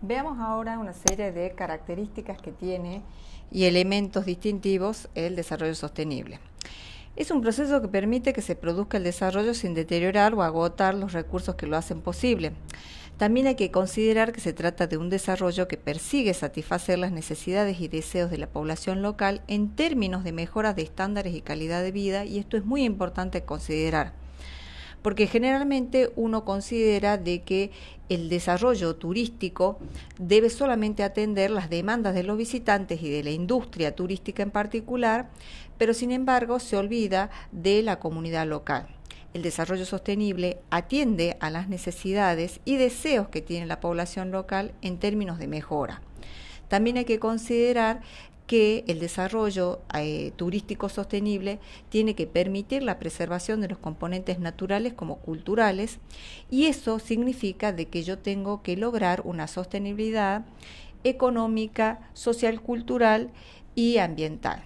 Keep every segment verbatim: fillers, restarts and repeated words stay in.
Veamos ahora una serie de características que tiene y elementos distintivos el desarrollo sostenible. Es un proceso que permite que se produzca el desarrollo sin deteriorar o agotar los recursos que lo hacen posible. También hay que considerar que se trata de un desarrollo que persigue satisfacer las necesidades y deseos de la población local en términos de mejoras de estándares y calidad de vida, y esto es muy importante considerar, porque generalmente uno considera de que el desarrollo turístico debe solamente atender las demandas de los visitantes y de la industria turística en particular, pero sin embargo se olvida de la comunidad local. El desarrollo sostenible atiende a las necesidades y deseos que tiene la población local en términos de mejora. También hay que considerar que el desarrollo eh, turístico sostenible tiene que permitir la preservación de los componentes naturales como culturales, y eso significa de que yo tengo que lograr una sostenibilidad económica, social, cultural y ambiental.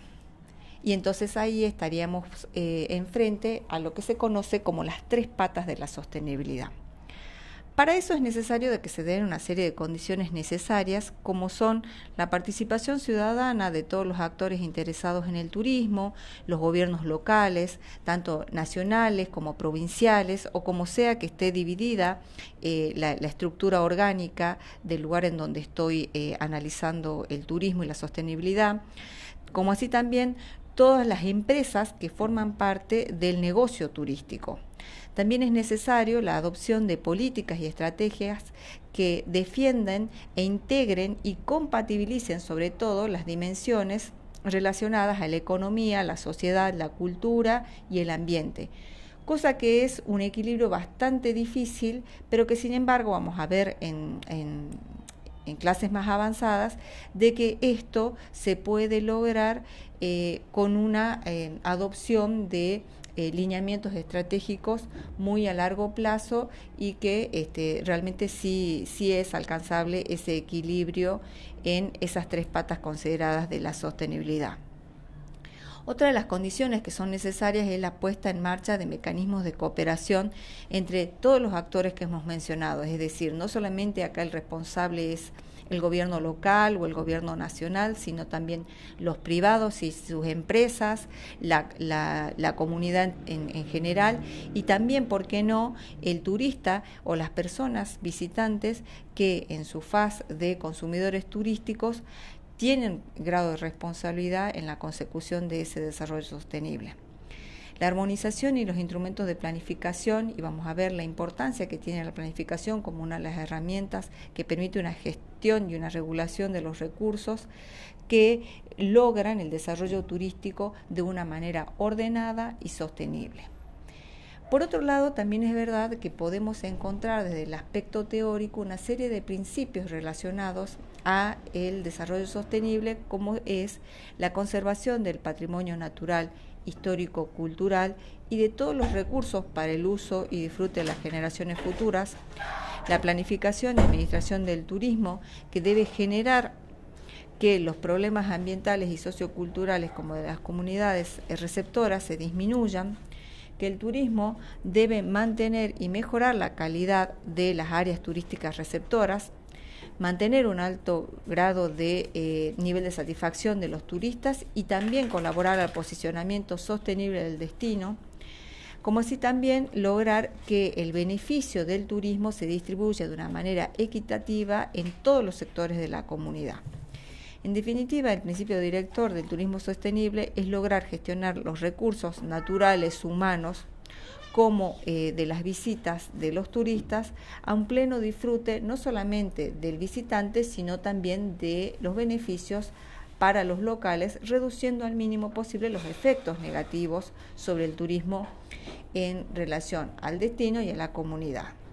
Y entonces ahí estaríamos eh, enfrente a lo que se conoce como las tres patas de la sostenibilidad. Para eso es necesario de que se den una serie de condiciones necesarias, como son la participación ciudadana de todos los actores interesados en el turismo, los gobiernos locales, tanto nacionales como provinciales, o como sea que esté dividida eh, la, la estructura orgánica del lugar en donde estoy eh, analizando el turismo y la sostenibilidad, como así también todas las empresas que forman parte del negocio turístico. También es necesario la adopción de políticas y estrategias que defiendan e integren y compatibilicen sobre todo las dimensiones relacionadas a la economía, la sociedad, la cultura y el ambiente, cosa que es un equilibrio bastante difícil, pero que sin embargo vamos a ver en, en, en clases más avanzadas, de que esto se puede lograr eh, con una eh, adopción de Eh, lineamientos estratégicos muy a largo plazo, y que este, realmente sí, sí es alcanzable ese equilibrio en esas tres patas consideradas de la sostenibilidad. Otra de las condiciones que son necesarias es la puesta en marcha de mecanismos de cooperación entre todos los actores que hemos mencionado, es decir, no solamente acá el responsable es el gobierno local o el gobierno nacional, sino también los privados y sus empresas, la, la, la comunidad en, en general, y también, ¿por qué no?, el turista o las personas visitantes que en su faz de consumidores turísticos tienen grado de responsabilidad en la consecución de ese desarrollo sostenible. La armonización y los instrumentos de planificación, y vamos a ver la importancia que tiene la planificación como una de las herramientas que permite una gestión y una regulación de los recursos que logran el desarrollo turístico de una manera ordenada y sostenible. Por otro lado, también es verdad que podemos encontrar desde el aspecto teórico una serie de principios relacionados a el desarrollo sostenible, como es la conservación del patrimonio natural, histórico, cultural y de todos los recursos para el uso y disfrute de las generaciones futuras, la planificación y administración del turismo, que debe generar que los problemas ambientales y socioculturales como de las comunidades receptoras se disminuyan, que el turismo debe mantener y mejorar la calidad de las áreas turísticas receptoras, mantener un alto grado de eh, nivel de satisfacción de los turistas y también colaborar al posicionamiento sostenible del destino, como así también lograr que el beneficio del turismo se distribuya de una manera equitativa en todos los sectores de la comunidad. En definitiva, el principio director del turismo sostenible es lograr gestionar los recursos naturales, humanos, como eh, de las visitas de los turistas, a un pleno disfrute no solamente del visitante, sino también de los beneficios para los locales, reduciendo al mínimo posible los efectos negativos sobre el turismo en relación al destino y a la comunidad.